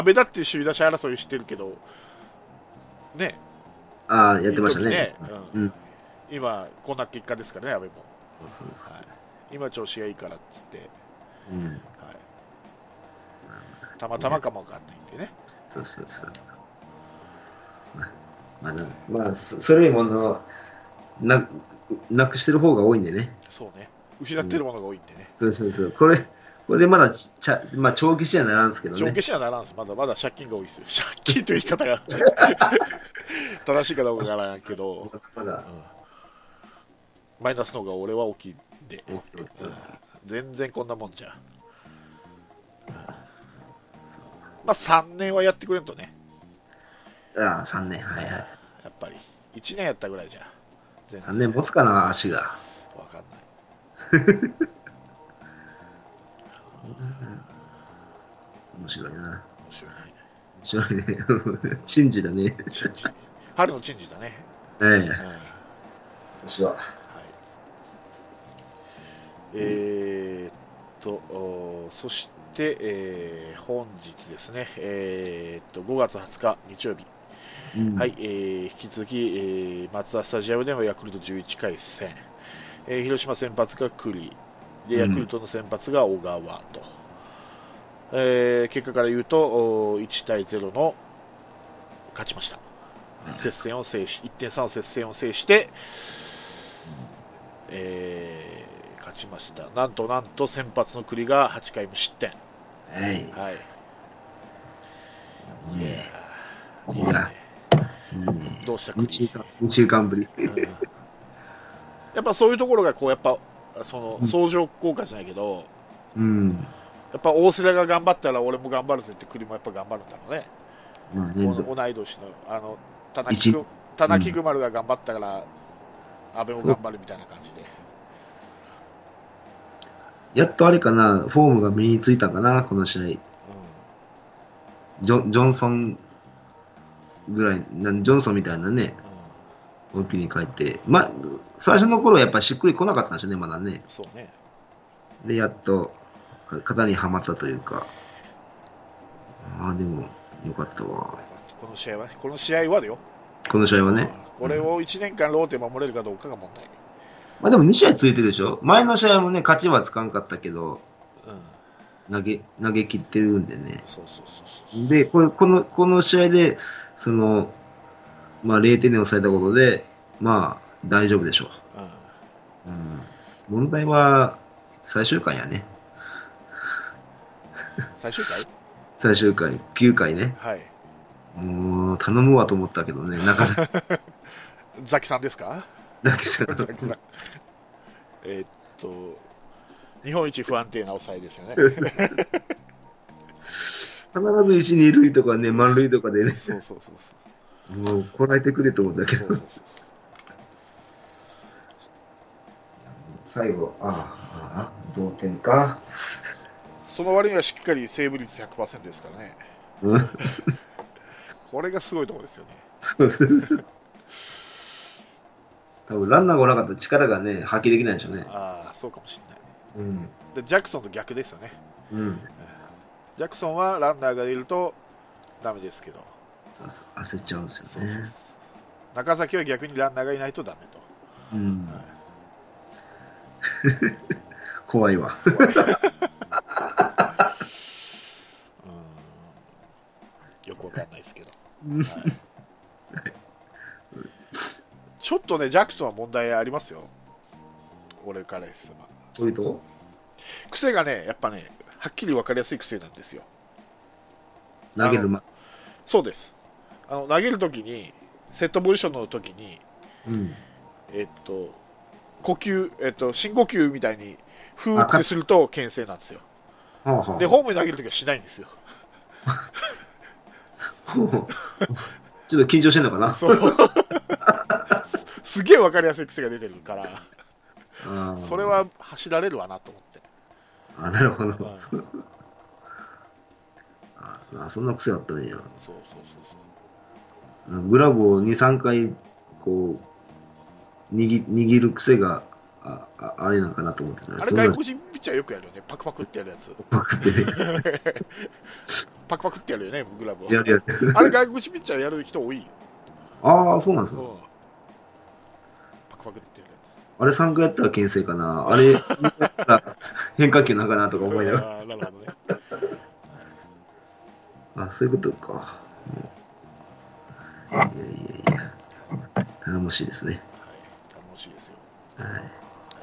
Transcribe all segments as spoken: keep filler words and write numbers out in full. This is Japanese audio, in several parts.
安倍だって首位打者争いしてるけどね。 ああ、やってましたね。 ね、うんうん、 今こんな結果ですからね、安倍も。 そうそうそう、 はい、今調子がいいからっつって、 うん、 はい、たまたまかもわかんないんでね。 そうそうそう。まあ、まあ、そそれよりものな、なくしてる方が多いんでね。 そうね。失ってるものが多いんでね。 そうそうそう。これ、これでまだちゃ、まあ、帳消しにはならんですけどね。 帳消しにはならんす。まだまだ借金が多いですよ。借金という言い方が正しいかどうかわからんけど、 まだ、 うん、マイナスの方が俺は大きいんで、 大きい大きいうん、全然こんなもんじゃ、うん、まあさんねんはやってくれんとね。 ああ、さんねん、はいはい。 やっぱりいちねんやったぐらいじゃ全然さんねん持つかな、足が。 わかんない。 面白いな。 面白いね。 面白いね。珍事だね。 チンジ春のチンジだね。 ええ、 うん、はい、 私は。 えー、っとそして、えー本日ですね、えー、っとごがつはつか日曜日、 うん、 はい、えー引き続き、えー、マツダスタジアムではヤクルトじゅういちかい戦、えー広島先発が栗で、ヤクルトの先発が小川と、えー結果から言うといちたいゼロの勝ちました。接戦を制しいってん差の接戦を制して、えー勝ちました。なんとなんと先発の栗がはちかい無失点。 はい。 はい。 いいやいー、いいや、 ね。どうした 2 栗、 週間、にしゅうかんぶり。 うん、やっぱそういうところがこうやっぱそのうん、 相乗効果じゃないけど、 うん。 やっぱ大瀬良が頑張ったら俺も頑張るぜって栗もやっぱ頑張るんだろうね。 まあね、 この同い年のあの田中一、 く田中く丸が頑張ったから阿部も頑張るみたいな感じで。 やっとあれかな、フォームが身についたかな、この試合。 うんジョジョンソンぐらい、なんジョンソンみたいなね、大きに帰って、まあ、最初の頃はやっぱしっくり来なかったんですよね、まだね。 そうね。 で、やっとか型にはまったというか、ああ、でも、よかったわ。 この試合はね、この試合はだよ。 この試合はね。 うんこれをいちねんかんローテ守れるかどうかが問題。 まあでもに試合ついてるでしょ。前の試合もね、勝ちはつかんかったけど、 うん、 投げ、投げ切ってるんでね。 そうそうそうで、これ、この、この試合で、その、まあれいてんに抑えたことで、まあ、大丈夫でしょそう、 う。うん。問題は、最終回やね。 うん、最終回、 最終回、きゅうかいね。 はい、 もう、頼むわと思ったけどね、中崎ザキさんですか？ さん。 ザキさんえーっと日本一不安定な抑えですよね。 必ずいち、に塁とかね、満塁とかでね、 そうそうそうもう、こらえてくれと思ったけど、 そうそうそう最後、ああ、ああ、同点か。 その割にはしっかりセーブ率ひゃくパーセントですからね。 うん、 これがすごいところですよね。 そうそうそう。多分ランナーがおなかったら力がね、発揮できないでしょうね。 ああ、そうかもしれないね。 うん。 でジャクソンと逆ですよね。 うん。 ジャクソンはランナーがいるとダメですけど、 そうそう、焦っちゃうんですよそうそうそう、 ね。 中崎は逆にランナーがいないとダメと。 うん。 はい、 怖いわ。 うん、よくわかんないですけど、 うんはい、ちょっとねジャクソンは問題ありますよ、俺からですば。 それと癖がねやっぱねはっきり分かりやすい癖なんですよ。 投げるま、 そうです。あの投げるときにセットポジションのときに、 うん。 えっと呼吸、えっと深呼吸みたいにフーあ、か、 ってすると牽制なんですよ。 はあはでホームに投げるときはしないんですよ。 あ。ちょっと緊張してんのかな。 そうすすげえ分かりやすい癖が出てるからあそれは走られるわなと思って。 あ、なるほど。 うん、そうああ、そんな癖あったんや。 そうそうそう。 グラブをに、さんかい、こう、握握る癖があああれなんかなと思ってた。 あれそんな外国人ピッッチャーよくやるよね、パクパクってやるやつ。 パクってね。 パクパクってやるよね、グラブを。 やるやる。 あれ、外国人ピッチャーやる人多いよ。 ああ、そうなんですか。 うん、パクパクってやるやあれさんかいやったら牽制かな。あれ、変化球なんかなとか思いながら。 つ。ああ、なるほどね。 あ、そういうことか。いやいやいや。頼もしいですね。 はい、楽しいですよ。 はい。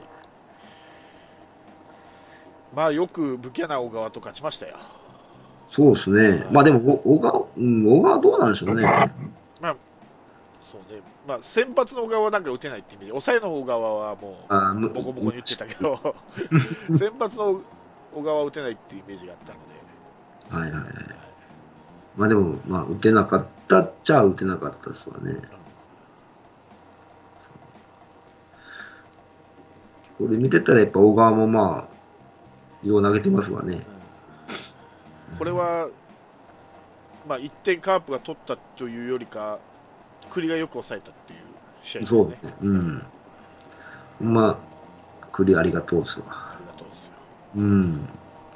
まあ、よく武器な小川と勝ちましたよ。 そうですね。まあでも、お小川、うん、小川どうなんでしょうね。 まあ、そうね、まあ、先発の小川はなんか打てないって意味で、抑えの小川はもあう、ボコボコに言ってたけど、先発の小川は打てないっていうイメージがあったので、 はいはいはい。まあでも、まあ、打てなかったっちゃ打てなかったですわね。これ見てたらやっぱ小川もまあ、よう投げてますわね。 うん、これは、まあ、いってんカープが取ったというよりか、栗がよく抑えたっていう試合ですね。 そうね。うん。まあ、栗ありがとうですわ。 ありがとうですよ。 うん。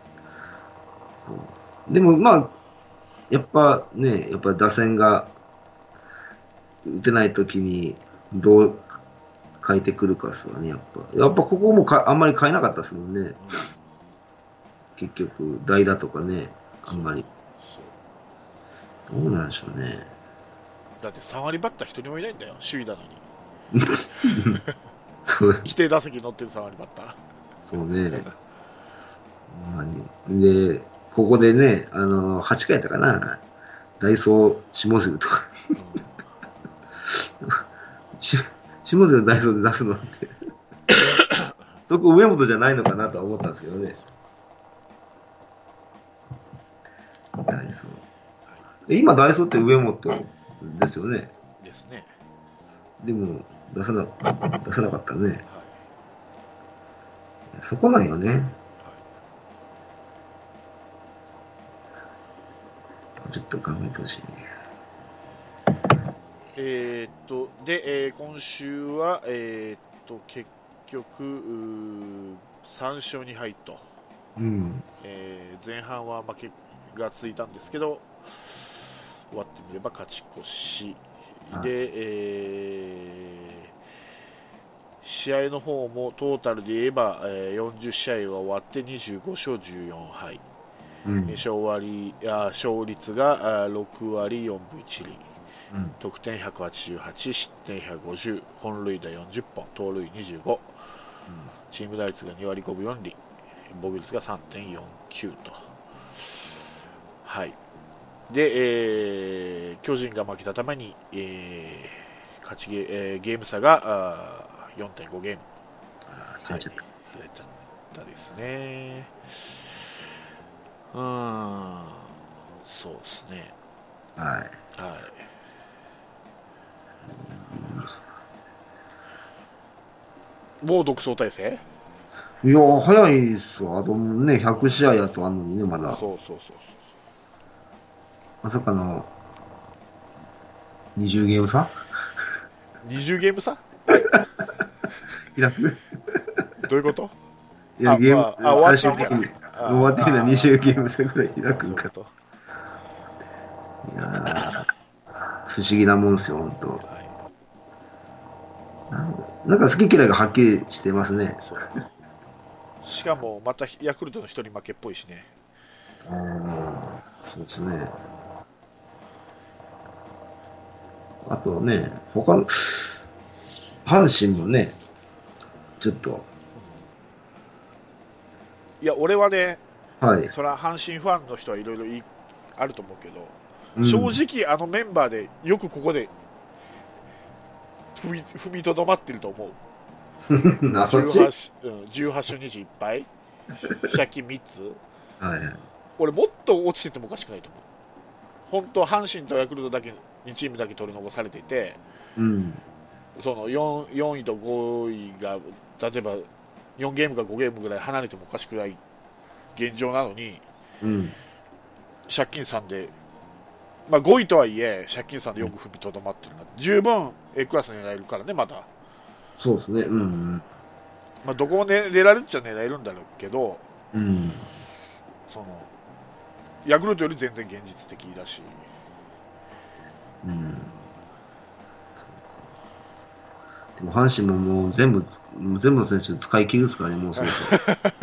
でもまあ、やっぱね、やっぱ打線が打てないときにどう変えてくるかですわね、やっぱ。やっぱここもかあんまり変えなかったですもんね。うん、結局、代打とかね、あんまり。どうなんでしょうね。だってさん割バッター一人もいないんだよ、首位なのに。規定打席乗ってるさん割バッター。 そうね。まあ、で、ここでね、あの、はちかいやったかな、ダイソー下津とか。うん、下津のダイソーで出すのって、そこ上本じゃないのかなとは思ったんですけどね。ダイソー。今、ダイソーって上本ですよね。 ですね。 でも、出さな、出さなかったね。はい、そこなんよね。はい、ちょっと考えてほしいね。 えー、っと、で、えー、今週は、えー、っと、結局、さん勝に敗と。うん、えー、前半は負けがついたんですけど、終わってみれば勝ち越しで、はい、えー、試合の方もトータルで言えば、えー、よんじゅっしあいが終わってにじゅうごしょうじゅうよんはい、うん、勝割あ勝率がろくわりよんぶいちり、うん、得点ひゃくはちじゅうはち、失点ひゃくごじゅう、本塁打よんじゅっぽん、盗塁にじゅうご、うん、チーム打率がにわりごぶよんり、防御率が さんてんよんきゅう と、はい、で、えー、巨人が負けたために、えー、勝ちゲー、えー、ゲーム差が よんてんご ゲーム開いちゃったですね。うーん、そうですね。 はい。 はい。もう独走体制？ いや、早いっすわ。あとね、ひゃくしあいやとあんのにね、まだ。 そうそうそうそう。 まさかのにじゅうゲーム差？ にじゅう ゲーム差？ 開く？ どういうこと？ いや、ゲーム、まあ、最終的に終わってみたらにじゅうゲーム差ぐらい開くんか。いや不思議なもんですよ、ほんと。はい、なんか好き嫌いがはっきりしてますね。 しかもまたヤクルトの一人負けっぽいしね。 うん、そうですね。あとね、他の、阪神もね、ちょっと。 いや、俺はね、 はい、 それは阪神ファンの人はいろいろあると思うけど、うん、正直あのメンバーでよくここで踏みとどまってると思う。じゅうはち、うん、じゅうはちしょうにじいっぱい、借金みっつ、はい、俺もっと落ちててもおかしくないと思う。本当阪神とヤクルトだけにチームだけ取り残されていて、うん、その 4, よんいとごいが例えばよんゲームかごゲームぐらい離れてもおかしくない現状なのに、うん、借金さんで、まあ、ごいとはいえ借金さんでよく踏みとどまってるな、十分 A クラスになれるからね、まだ。 そうですね、うん、 まあ、どこも、ね、狙えるっちゃ狙えるんだろうけど、 うん。 そのヤクルトより全然現実的だし、 うん。でも阪神ももう全部、全部の選手使い切るですからね、もうそろそろ。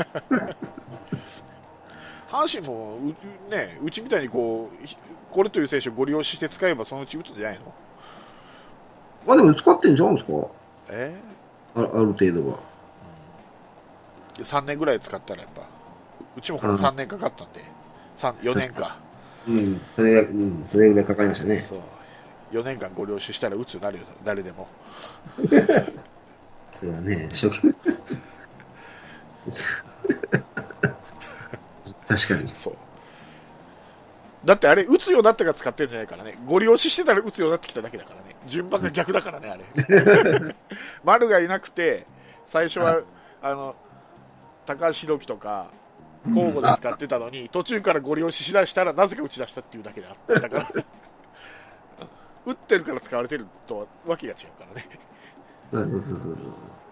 阪神もう、ね、うちみたいにこうこれという選手をご利用して使えばそのうち打つんじゃないの？ まあでも使ってんじゃうんですか、 えあ、ある程度は。 ー、さんねんぐらい使ったらやっぱうちもほらうんさんねんかかったんでよねんか、 うん、それが、うん、それぐらいかかりましたね。 そうよねんかんご了承したら打つようになるよ、誰でも。 それはね、初期確かに。 そうだってあれ打つようになってから使ってるんじゃないからね、ご利用ししてたら打つようになってきただけだからね、順番が逆だからねあれ。丸がいなくて最初はあの高橋宏樹とか交互で使ってたのに、途中からご利用ししだしたらなぜか打ち出したっていうだけであったから打ってるから使われてるとはわけが違うからね。 そうそうそうそう。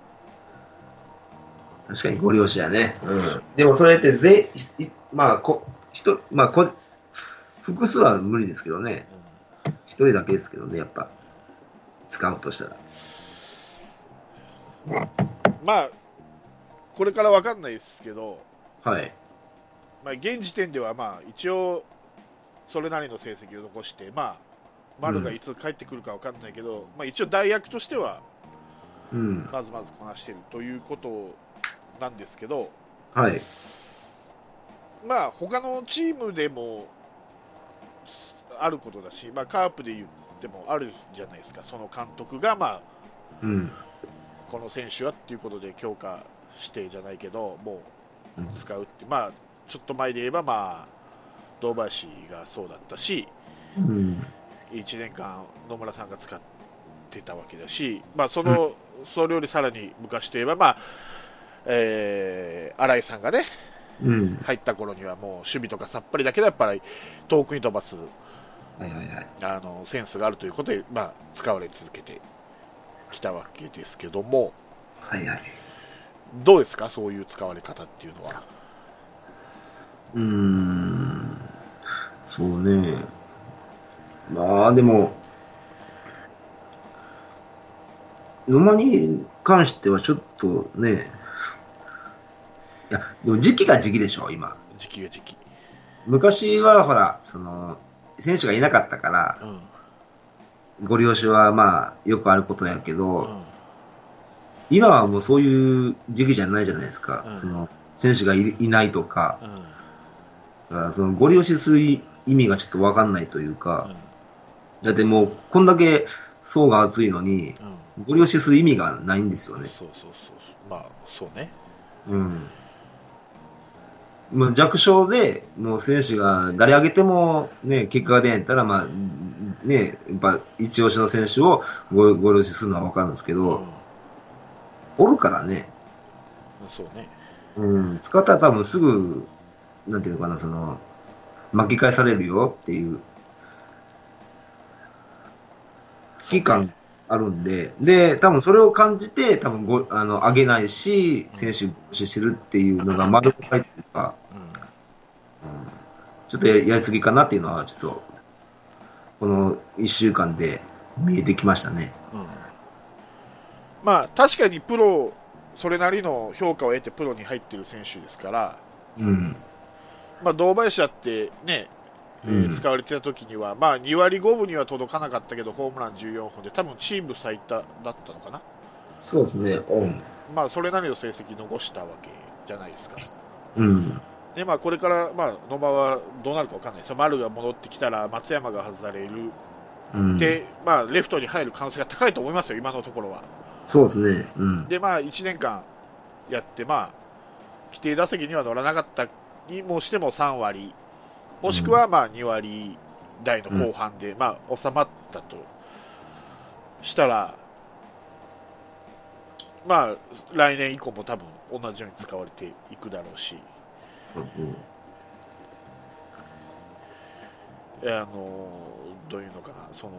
確かにご利用しやね。うん。でもそれってぜ、いまあ、こ、人、まあ、こ、複数は無理ですけどね。一人だけですけどね、やっぱ。使うとしたら。 まあこれから分かんないですけど、 はい。 まあ、現時点ではまあ一応それなりの成績を残して、まあ、丸がいつ帰ってくるか分かんないけど、うんまあ、一応代役としてはうん。 まずまずこなしているということなんですけど、 はい。 まあ他のチームでもあることだし、まあ、カープで言ってもあるじゃないですか、その監督が、まあ、 うん。 この選手はっていうことで強化してじゃないけど、もうんう使うって、まあ、ちょっと前で言えば、まあ、堂林がそうだったし、 うん。 いちねんかん野村さんが使ってたわけだし、まあ、その、それよりさらに昔といえば、まあえー、新井さんがね、 うん。 入った頃にはもう守備とかさっぱりだけどやっぱり遠くに飛ばすはいはいはい。 あのセンスがあるということで、まあ、使われ続けてきたわけですけども、 はいはい。 どうですか、そういう使われ方っていうのは。 うーん。そうね。まあでも、野間に関してはちょっとね、いや、でも時期が時期でしょ、今。 時期が時期、 昔はほら、その、選手がいなかったから、 うんご利用しはまあ、よくあることやけど、 うん今はもうそういう時期じゃないじゃないですか。 うんその、選手がい、いないとか、 うんさそのご利用しする意味がちょっとわかんないというか、 うんだってもう、こんだけ層が厚いのに、 うんご利用しする意味がないんですよね。 そうそうそうそう、まあそうね、 うん。もう弱小で、もう選手が誰上げてもね、結果が出ないんやったら、まあ、ね、やっぱ一押しの選手をごご利用しするのはわかるんですけど、 うんおるからね、 そうね、 うん、使ったら多分すぐ、なんていうのかな、その、巻き返されるよっていう危機感あるんで、で、多分それを感じて、多分ご、あの、上げないし、選手募集してるっていうのが丸く入ってるか、 うんうんうん、ちょっとややりすぎかなっていうのは、ちょっと、このいっしゅうかんで見えてきましたね。 うんまあ確かにプロそれなりの評価を得てプロに入っている選手ですから、 うん。 まあ、堂林だってね、えーうん。 使われてた時には、まあ、に割ごぶには届かなかったけどホームランじゅうよんほんで多分チーム最多だったのかな、 そうですね、オン。 まあ、それなりの成績残したわけじゃないですか。 うん。 でまあ、これから、まあ、野間はどうなるか分かんないですよ、丸が戻ってきたら松山が外される、 うん。 で、まあ、レフトに入る可能性が高いと思いますよ、今のところは。 そうですね、うん。 で、まあ、いちねんかんやって、まあ、規定打席には乗らなかったにもしてもさん割、もしくはまあに割台の後半で、まあ、収まったとしたら、まあ、来年以降も多分同じように使われていくだろうし、 そうですね。 あのどういうのかな、その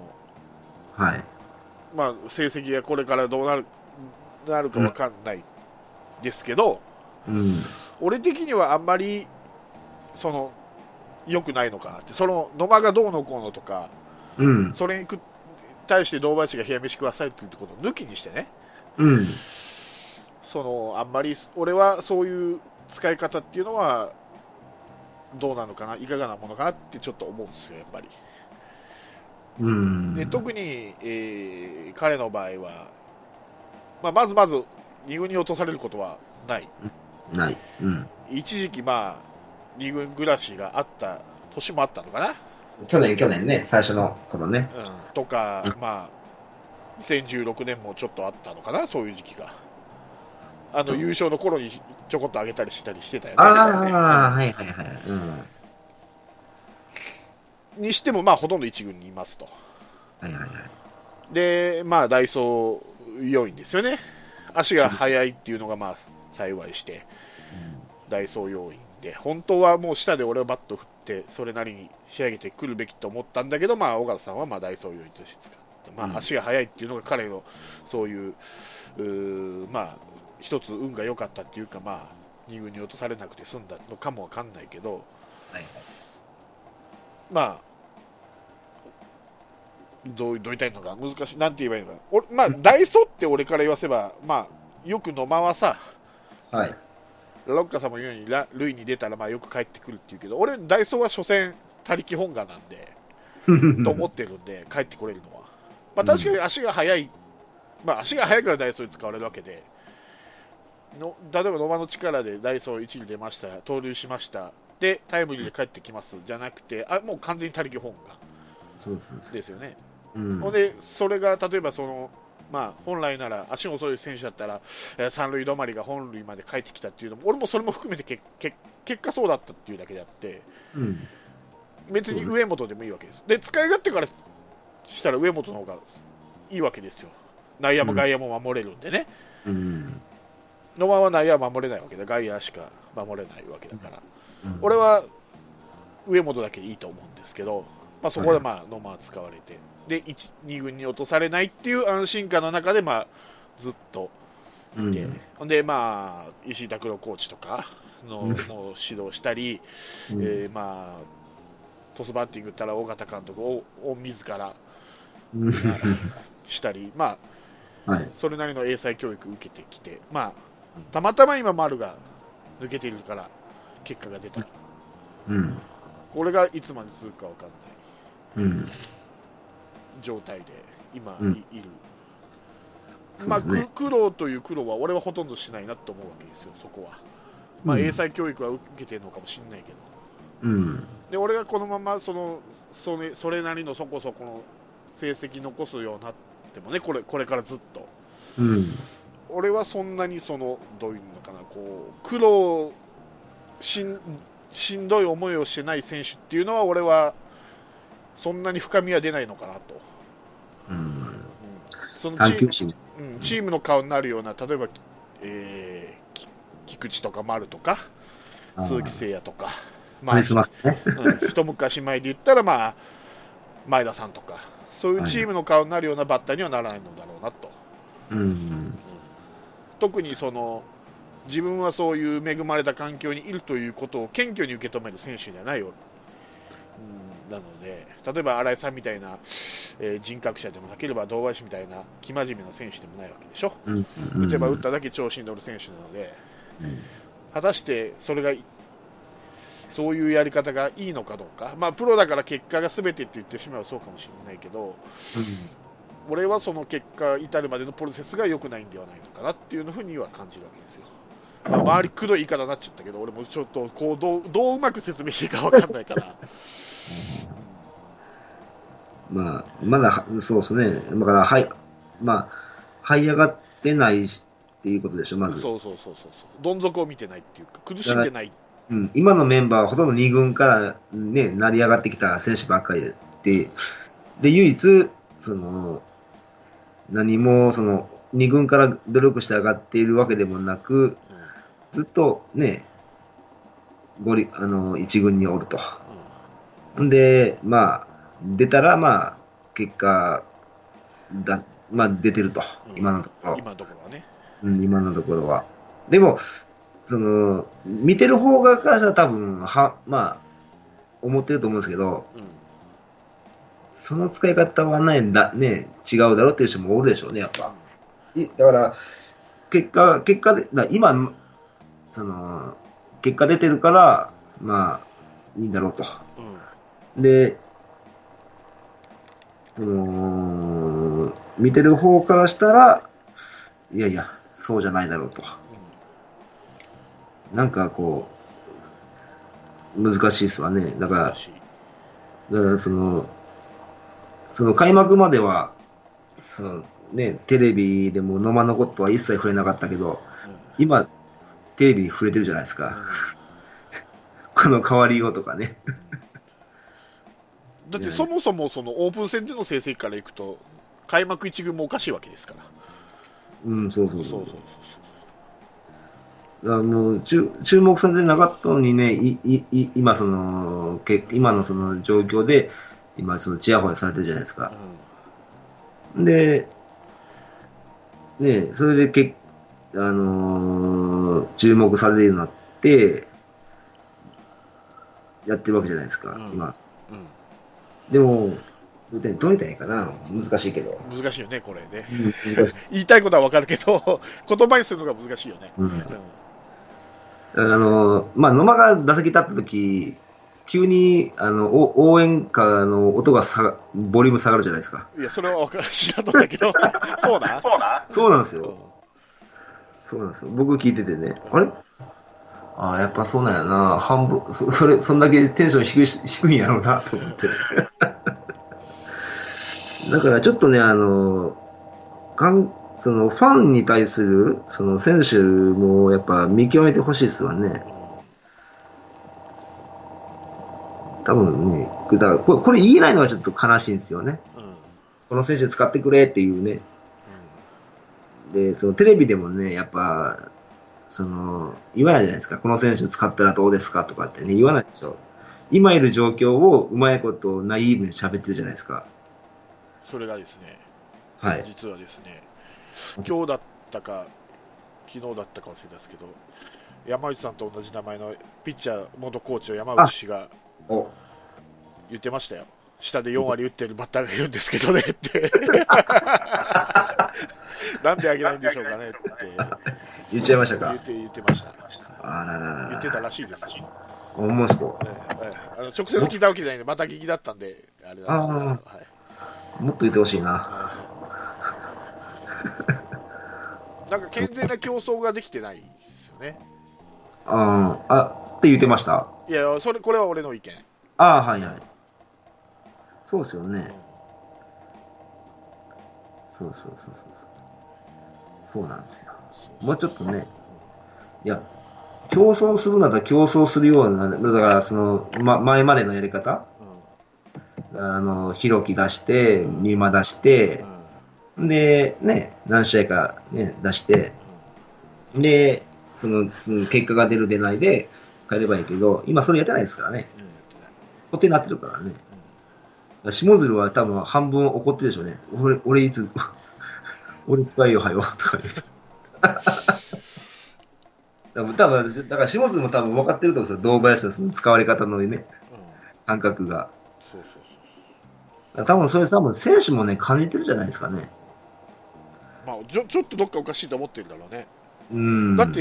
はい。 まあ、成績がこれからどうなるなるか分かんないですけど、 うん、 俺的にはあんまりその良くないのかなって、その野間がどうのこうのとか、 うん、 それに対して堂林が冷や飯くださいっていうことを抜きにしてね、 うん、 そのあんまり俺はそういう使い方っていうのはどうなのかな、いかがなものかなってちょっと思うんですよ、やっぱり。 うん、 で特に、えー彼の場合は、まあ、まずまずに軍に落とされることはない。 ない。うん。 一時期、まあ、に軍暮らしがあった年もあったのかな、 去年、去年ね、最初の頃ね。 うん、とか、まあ、にせんじゅうろくねんもちょっとあったのかな、そういう時期が。あの優勝の頃にちょこっと上げたりしたりしてたよね。 ああ、はいはいはい。うん。 うん、にしても、まあ、ほとんど一軍にいますと。 はいはいはい。 で、まあ、ダイソー要員ですよね。足が速いっていうのが、まあ、幸いして、ダイソー要員で、本当はもう下で俺はバット振って、それなりに仕上げてくるべきと思ったんだけど、まあ、尾形さんはまあダイソー要員として使って、まあ、足が速いっていうのが彼の、そういう、うーまあ、一つ運が良かったっていうか、まあ、に軍に落とされなくて済んだのかもわかんないけど、 はいはい。 まあ、どうどう言いたいのか難しい、なんて言えばいいのか、俺まあ、ダイソーって俺から言わせば、まあ、よく野間はさ、 はい。 ロッカーさんも言うようにラ塁に出たらまあよく帰ってくるっていうけど、俺、ダイソーは所詮、他力本願なんで、と思ってるんで、帰ってこれるのは。まあ、確かに足が速い、まあ、足が速いからダイソーに使われるわけで、の例えば野間の力でダイソーいち塁出ました、盗塁しました、で、タイムリーで帰ってきますじゃなくて、あもう完全に他力本願そうそうそう。 ですよね。 うん。 ほんで、それが例えばその、まあ、本来なら足の遅い選手だったら、えー三塁止まりが本塁まで帰ってきたっていうのも、俺もそれも含めてけけ結果そうだったっていうだけであって、 うん。 別に上本でもいいわけです。で、使い勝手からしたら上本の方がいいわけですよ。内野も外野も守れるんでね。 うん。 野間は内野は守れないわけだ、外野しか守れないわけだから、 うん。 俺は上本だけでいいと思うんですけど、まあ、そこでまあ野間は使われて、でに軍に落とされないっていう安心感の中で、まあ、ずっといて、 うん。 ほんで、まあ、石井拓郎コーチとかのうん。 もう指導したり、 うん。 えーまあ、トスバッティングったら尾形監督をを自らうん。 したり、まあ、 はい。 それなりの英才教育を受けてきて、まあ、たまたま今、丸が抜けているから結果が出た、 うん。 これがいつまで続くか分かんないうん。 状態で今うんい,、いる、まあ、 そうですね。 苦労という苦労は俺はほとんどしないなと思うわけですよ、そこは。まあ、 うん。 英才教育は受けてるのかもしれないけど、 うん。 で俺がこのままそのそれそれなりのそこそこの成績残すようになってもね、これこれからずっと、 うん。 俺はそんなにそのどういうのかな、こう苦労しんしんどい思いをしてない選手っていうのは俺はそんなに深みは出ないのかなと、 うん。 うん、そのチーム、 探求心。 うん、チームの顔になるような、例えば、えー、き菊池とか丸とかあ鈴木誠也とか、まあクリスマスね。 うん、一昔前で言ったら、まあ、前田さんとかそういうチームの顔になるようなバッターにはならないのだろうなと、 うん。 特にその自分はそういう恵まれた環境にいるということを謙虚に受け止める選手じゃないよ、うん、なので、例えば新井さんみたいな、えー人格者でもなければ堂林みたいな生真面目な選手でもないわけでしょ、 うん。 打てば打っただけ調子に乗る選手なので、 うん果たしてそれがそういうやり方がいいのかどうか、まあ、プロだから結果が全てって言ってしまうそうかもしれないけど、俺はその結果至るまでのプロセスが良くないんではないのかなっていうふうには感じるわけですよ。まあ、周りくどい言い方になっちゃったけど、俺もちょっとこうどうどううまく説明していいか分かんないから。 まあ、まだ、そうですね。だから、はい、まあ、這い上がってないしっていうことでしょ、まず。 そうそうそうそうそう、どん底を見てないっていうか、苦しんでない。 うん、今のメンバーはほとんどに軍からね、成り上がってきた選手ばっかりで、で、唯一、その、何も、その、に軍から努力して上がっているわけでもなく、ずっとね、ごりあのいち軍におると。んで、まあ、出たら、まあ、結果だ、まあ、出てると、 うんうん、 今のところ。 今のところはね。 うん、今のところは。 でも、その、見てる方側からしたら多分、は、まあ、思ってると思うんですけど、 うん、 その使い方はね、だね、違うだろうっていう人もおるでしょうね、やっぱ。 うん、 いだから、結果、結果で、だ今、その、結果出てるから、まあ、いいんだろうと。 うん、 で、その、見てる方からしたら、いやいや、そうじゃないだろうと。なんかこう、難しいですわね。だか難しい。 ら、だからその、その開幕までは、そのね、テレビでも野間のことは一切触れなかったけど、今、テレビに触れてるじゃないですか。 うん、うん、 この変わりようとかね。 だっていやいや、 そもそもそのオープン戦での成績からいくと開幕一軍もおかしいわけですから。 うん、そうそうそうそう。 そうそうそうあの注注目されてなかったのにね、いいい今その、け今のその状況で、今そのチヤホヤされてるじゃないですか。 そう、 で、ね、それでけ、あのー注目されるようになって、やってるわけじゃないですか、 うん、うん、 今。でも、どう言ったらいいかな、難しいけど。 うん、難しいよねこれね。 うん、難しい。 言いたいことはわかるけど言葉にするのが難しいよね。 うん。 うん、 あの、まあ、野間が打席立った時、急に、あの、お応援歌の音が下が、ボリューム下がるじゃないですか。 いやそれはわか知らんのだけどそうだ、 そうなんですうん、 よ。そうなんですよ。僕聞いててね、あれああ、やっぱそうなんやな。半分、そ、それ、そんだけテンション低いし、低いんやろうな、と思って。だからちょっとね、あの、かん、その、ファンに対する、その、選手も、やっぱ見極めてほしいですわね。 うん、 多分ね、だからこれ、これ言えないのがちょっと悲しいんですよね。 うん、うん、 この選手使ってくれっていうね。で、そのテレビでもね、やっぱ、その、言わないじゃないですか。この選手使ったらどうですかとかってね、言わないでしょ。今いる状況をうまいことナイーブに喋ってるじゃないですか。 それがですね、 はい。 実はですね、今日だったか昨日だったか忘れたんですけど、山内さんと同じ名前のピッチャー元コーチの山内あ、 氏がお、 言ってましたよ。下でよん割打ってるバッターがいるんですけどねってなんであげないんでしょうかねって言っちゃいましたか。 言って言ってました。 あららら言ってたら。 らしいですよ。 ほんまですか。 ええええあの直接聞いたわけじゃないんで、また聞きだったんで、あれなんですけど、 あはい。 あ、もっと言ってほしいな。 ええなんか健全な競争ができてないですよね。 ああ、あ、って言ってました。 いや、それ、これは俺の意見。 ああ、はいはい。そうですようん、 ね。そうそうそうそうそう。そうなんですよ。もうちょっとね、いや、競争するなら競争するような、だからその、ま、前までのやり方、 うん、 あの、広木出して、 うん、 三馬出して、 うん、 で、ね、何試合かね、出して、で、その、その結果が出る出ないで変えればいいけど、今それやってないですからね。 うん、やってない。 固定になってるからね。 うん、 下鶴は多分半分怒ってるでしょうね。俺、俺いつ、俺使えよ、はよ、とか言うと。多分、多分だから下津も多分分かってると思うんですよ。堂林のその使われ方のね、 うん、 感覚が。 そうそう多分それ多分選手もね、感じてるじゃないですかね。 そう。まあ、ちょ、ちょっとどっかおかしいと思ってるんだろうね。 うん。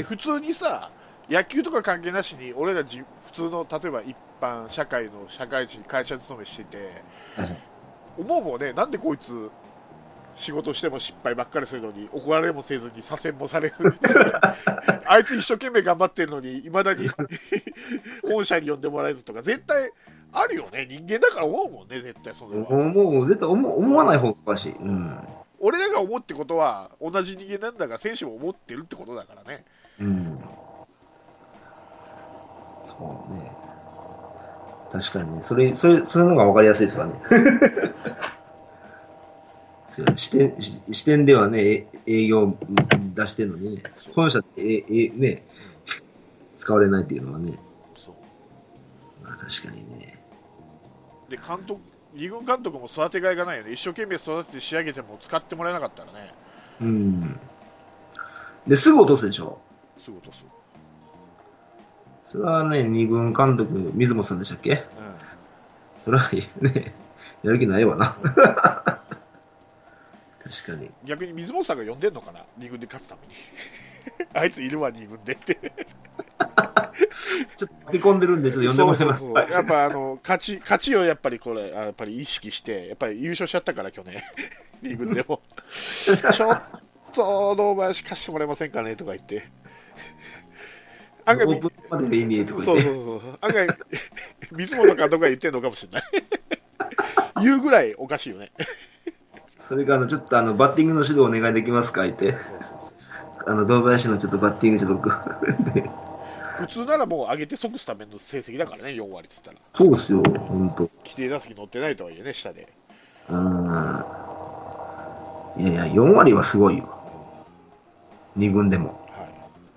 だって普通にさ、野球とか関係なしに、俺らじ普通の、例えば一般社会の社会人、会社勤めしてて、 はい。 思うもんね、なんでこいつ、仕事しても失敗ばっかりするのに、怒られもせずに、左遷もされずに、あいつ一生懸命頑張ってるのに、いまだに本社に呼んでもらえずとか、絶対あるよね、人間だから思うもんね、絶対それは。 もう絶対思思わない方がおかしい。ううん、 ん。 俺らが思うってことは、同じ人間なんだが、選手も思ってるってことだからね。 うん。そうね。確かにね。それ、それ、それの方が分かりやすいですわね。そう視点、し視点ではね、え営業出してるのにね、 そう、 本社でええね、 うん、 使われないっていうのはね、 そうまあ確かにね。 で監督、二軍監督も育てがいがないよね、一生懸命育てて仕上げても使ってもらえなかったらね。 うん。で、すぐ落とすでしょ。 そういうことです。 それはね、二軍監督、水本さんでしたっけ？うん。それはね、やる気ないわな。うん、確かに。 逆に水本さんが呼んでんのかな、二軍で勝つために。あいついるわ、二軍でって。 ちょっと書き込んでるんで、ちょっと呼んでもらいます。そうそうそう、やっぱあの勝ち、勝ちをやっぱりこれ、やっぱり意識して、やっぱり優勝しちゃったから、去年、二軍でも。ちょっと、堂林貸してもらえませんかねとか言って。 案外、オープンまでいいねとか言って。そうそうそう。案外、水本監督が言ってるのかもしれない。言うぐらいおかしいよね。 それが、あの、ちょっとあの、バッティングの指導お願いできますか言って。あの、堂林のちょっとバッティングちょっと。 普通ならもう上げて即スタメンの成績だからね、よん割っつったら。 そうですよ、本当。 規定打席乗ってないとはいえね、下で。 うん。いやいや、よん割はすごいよ。に軍でも。はい。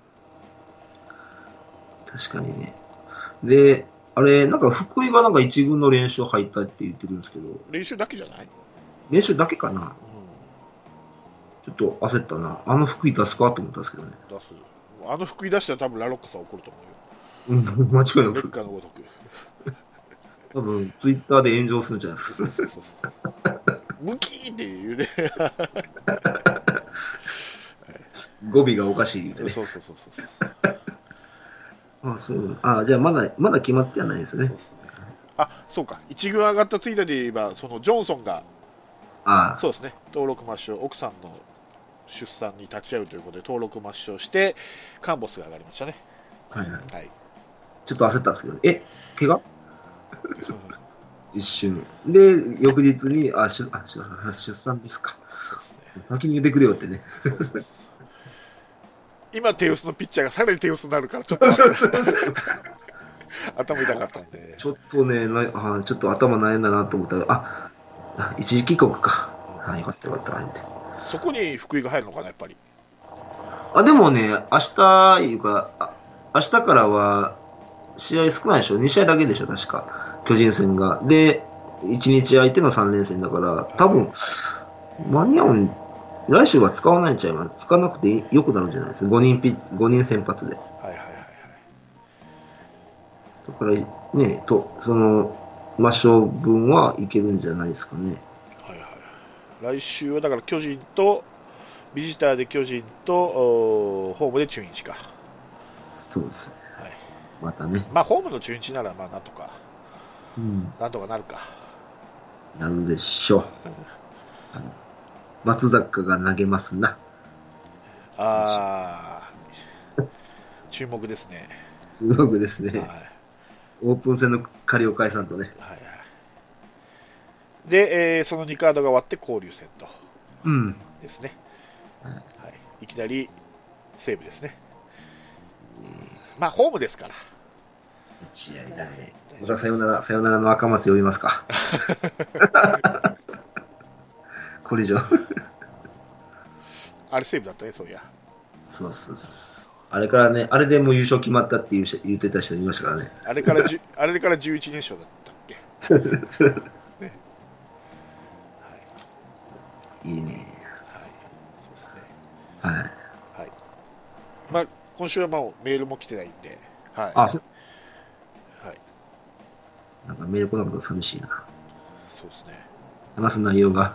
確かにね。で、あれ、なんか福井がなんかいち軍の練習入ったって言ってるんですけど。 練習だけじゃない？ 練習だけかな。うん、ちょっと焦ったな。あの福井出すかと思ったんですけどね。 出す。あの福井出したら多分ラロッカさん怒ると思うよ。うん、間違いなく。 劣化のごとく。 多分、ツイッターで炎上するんじゃないですか。そうそうそうムキーって言うね。 語尾がおかしい言うてね。そうそうそうそう。あ、そう。あ、じゃあまだ、まだ決まってはないですね。そうですね。 あ、そうか。いち軍上がったついでで言えば、そのジョンソンが、ああ、そうですね。登録抹消、奥さんの出産に立ち会うということで登録抹消して、カンボスが上がりましたね。 はいはい。はい、ちょっと焦ったんですけど、え、怪我一瞬。で、翌日に、あ、出あ出産ですか。ね、先に言ってくれよってね。そうそうそう、 今、手薄のピッチャーがさらに手薄になるから、ちょっと頭痛かったんで。 ちょっとね、なあちょっと頭悩んだなと思ったら、あ、あ一時帰国か。はい、よかったよかった。 そこに福井が入るのかな、やっぱり。 あ、でもね、明日いうか、明日からは、試合少ないでしょ、に試合だけでしょ、確か、巨人戦が。で、いちにち空いてのさん連戦だから、多分間に合うん、来週は使わないんちゃいます、使わなくてよくなるんじゃないですか、ごにんピごにん先発で。はいはいはいはい。だからね、とその抹消分はいけるんじゃないですかね。 はいはい。来週はだから巨人と、ビジターで巨人と、ホームで中日か。 そうです。はい。またね。 まあ、ホームの中日なら、まあ、なんとか、 うん。 なんとかなるか。 なるでしょう。あの松坂が投げますな。 ああ、注目ですね。 注目ですね。はい、オープン戦の借りを返さんとね。はいはい、 で、えー、そのにカードが終わって交流戦と。 うん。 ですね。はい、はい、いきなり西武ですね。まあ、ホームですから。 試合だね。またさよなら、さよならの赤松呼びますか。これ以上。 あれ西武だったね、そういや。 そうそうそう。あれからね、あれでもう優勝決まったって言う言ってた人いましたからね。 あれからじあれからじゅういち連勝だったっけ。ね、 はい、いいね。はい、そうですね。はい。はい。 まあ、今週はまあメールも来てないんで、はい。 あ、そう。 はい。 なんかメール来なかったら寂しいな。 そうですね。 話す内容が。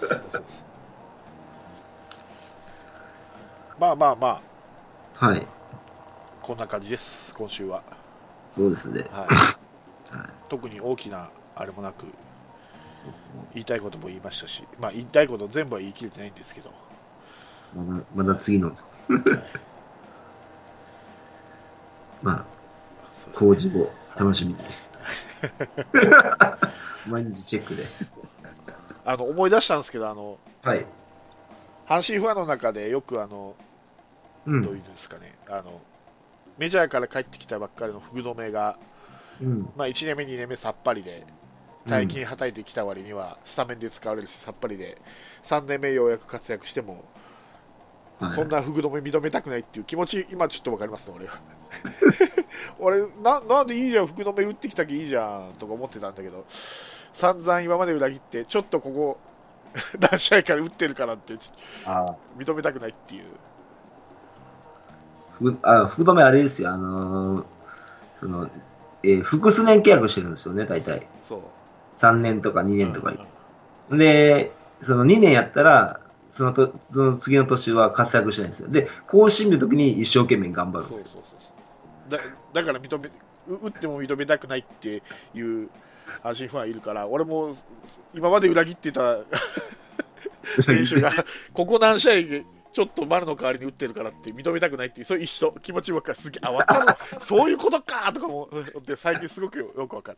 まあまあまあ。はい。 こんな感じです、今週は。 そうですね。 はい。はい、特に大きなあれもなく、そうですね、言いたいことも言いましたし、まあ言いたいこと全部は言い切れてないんですけど。 まだ、まだ次の。はい、まあ、工事後、楽しみに。毎日チェックで。 あの思い出したんですけど、あの、 はい、 阪神ファンの中でよくあの、うん、どういうんですかね、あのメジャーから帰ってきたばっかりの福留が、うん、まあ、いちねんめ、にねんめさっぱりで大金はたいてきた割にはスタメンで使われるしさっぱりで、さんねんめようやく活躍しても、はい、そんな福留認めたくないっていう気持ち、今ちょっと分かりますね、俺は。俺な、なんでいいじゃん、福留打ってきたきいいじゃんとか思ってたんだけど、散々今まで裏切って、ちょっとここ、何試合から打ってるからって認めたくないっていう。 福あ福留あれですよ、あのー、その、えー、複数年契約してるんですよね、大体。 そう。 さんねんとかにねんとか、 うんうん、で、そのにねんやったら、そのとその次の年は活躍しないんですよ。で、更新日の時に一生懸命頑張るんですよ。 そうそうそうそうだだから認め打っても認めたくないっていう阪神ファンいるから、俺も今まで裏切ってた選手がここ何試合ちょっと丸の代わりに打ってるからって認めたくないっていう、そういう一緒気持ち分かる。すげえ、あ、分かるそういうことかとかもで最近すごくよく分かる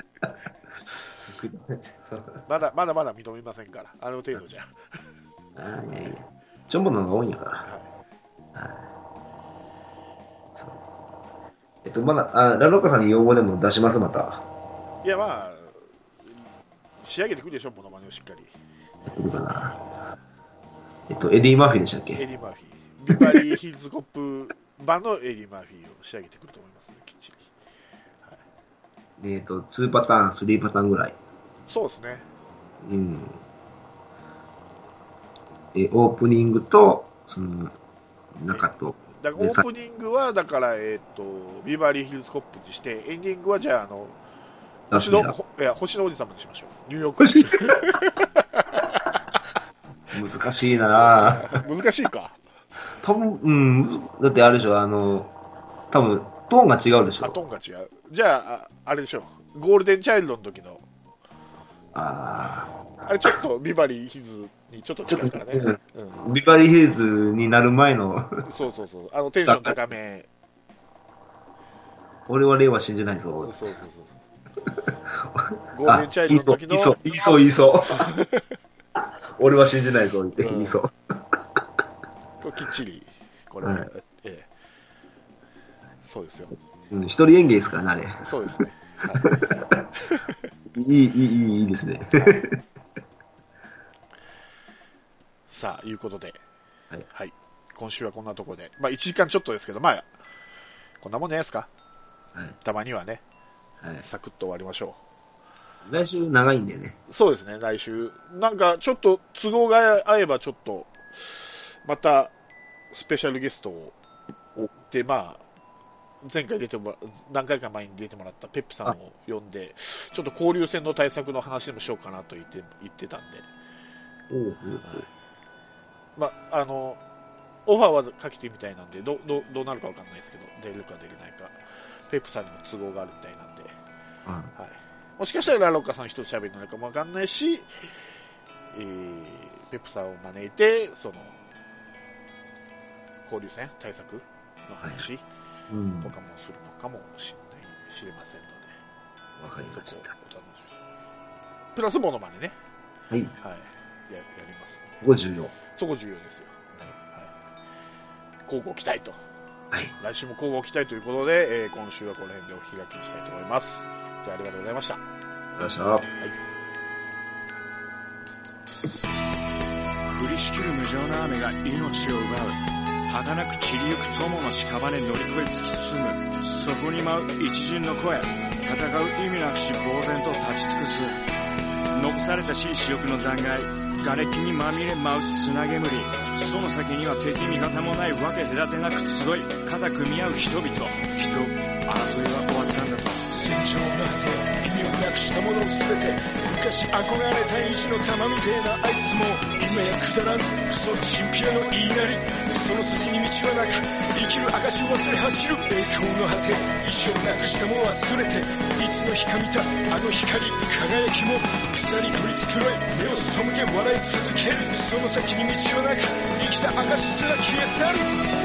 まだまだまだ認めませんから、あの程度じゃ。 あいやいや、ジョンボの方が多いんやから。 はいはい、そうえっと、まだ、あラロッカさんに要望でも出します、また。 いや、まあ仕上げてくるでしょ、モノマネをしっかり。 やってるかな。えっと、エディ・マーフィーでしたっけ？ エディ・マーフィー、ビバリー・ヒルズ・コップ版のエディ・マーフィーを仕上げてくると思いますね、きっちり。はい、 えっと、にパターン、さんパターンぐらい。 そうですね。 うん。え、オープニングと、その、中と。 だからオープニングはだから、えー、とビバリーヒルズコップにして、エンディングはじゃあ、あの星のいや星の王子様にしましょう。ニューヨーク難しいな難しいか。 多分、うん、だってあれでしょ、あの、多分トーンが違うでしょ。 あ、トーンが違う。じゃあ、ああれでしょう、ゴールデンチャイルドの時の、 ああれちょっとビバリーヒルズにちょっと近いからね。 うん、ビバリーヒルズになる前のそうそうそう、あのテンション高め。 俺は令和信じないぞ。 そうそうそうゴールデンチャイルドの時の。 言いそう、言いそう、言いそう。俺は信じないぞ、言って、言いそう。 きっちり、これは、はい、ええ、そうですよ。 うん、一人演芸ですからね、あれ。 そうですね。はい、 いい、いい、いい、いいですね。はい、 さあ、いうことで、 はい、 はい、今週はこんなところで、まあ、いちじかんちょっとですけど、まあ、こんなもんじゃないですか。はい、たまにはね、はい、サクッと終わりましょう。来週長いんでね。 そうですね、来週。なんか、ちょっと都合が合えば、ちょっと、また、スペシャルゲストを、で、まあ、前回出てもら何回か前に出てもらったペップさんを呼んで、ちょっと交流戦の対策の話でもしようかなと言って言ってたんで、 おうおう、はい、 まあ、あのオファーはかけてみたいなんで、どどどうなるか分かんないですけど、出るか出れないか、ペップさんにも都合があるみたいなんで、はい、もしかしたらラロッカさん一つ喋るのかも分かんないし、えー、ペップさんを招いて、その交流戦対策の話、はい、うん、とかもするのかもしれない、知れませんので、 わかりました。 お楽しみに。プラスモノマネね。 はい。はい。 や, やります。 そこ重要。 そこ重要ですよ。はい。はい、交互期待と。 はい。 来週も交互期待ということで、えー、今週はこの辺でお開きにしたいと思います。じゃあ、ありがとうございました。ありがとうございました。はい。 降りしきる無情な雨が命を奪う。儚く散りゆく友の屍乗り越え突き進む。そこに舞う一陣の声。戦う意味なくし呆然と立ち尽くす。残されたしい死翼の残骸。瓦礫にまみれ舞う砂煙。その先には敵味方もないわけ隔てなく集い肩組み合う人々。人、争いは終わったんだと。戦場の果て、意味をなくしたものを全て。昔憧れた意地の玉みてえなあいつも今やくだらんクソチンピラの言いなり。その筋に道はなく生きる証を忘れ走る栄光の果て。意志をなくしたもの忘れていつの日か見たあの光輝きも草に取り繕い目を背け笑い続ける。その先に道はなく生きた証すら消え去る。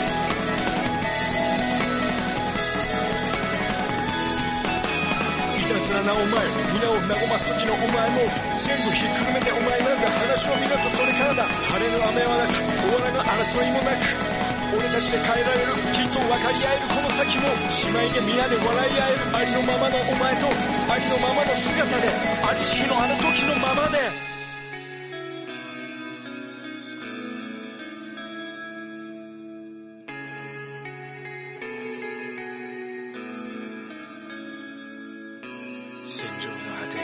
いたずらなお前皆を和ます時のお前も全部ひっくるめてお前なんだ話を見ろとそれからだ。晴れの雨はなく終わらぬ争いもなく俺たちで変えられるきっと分かり合えるこの先も姉妹で皆で笑い合えるありのままのお前とありのままの姿でありし日のあの時のままで。戦場の果て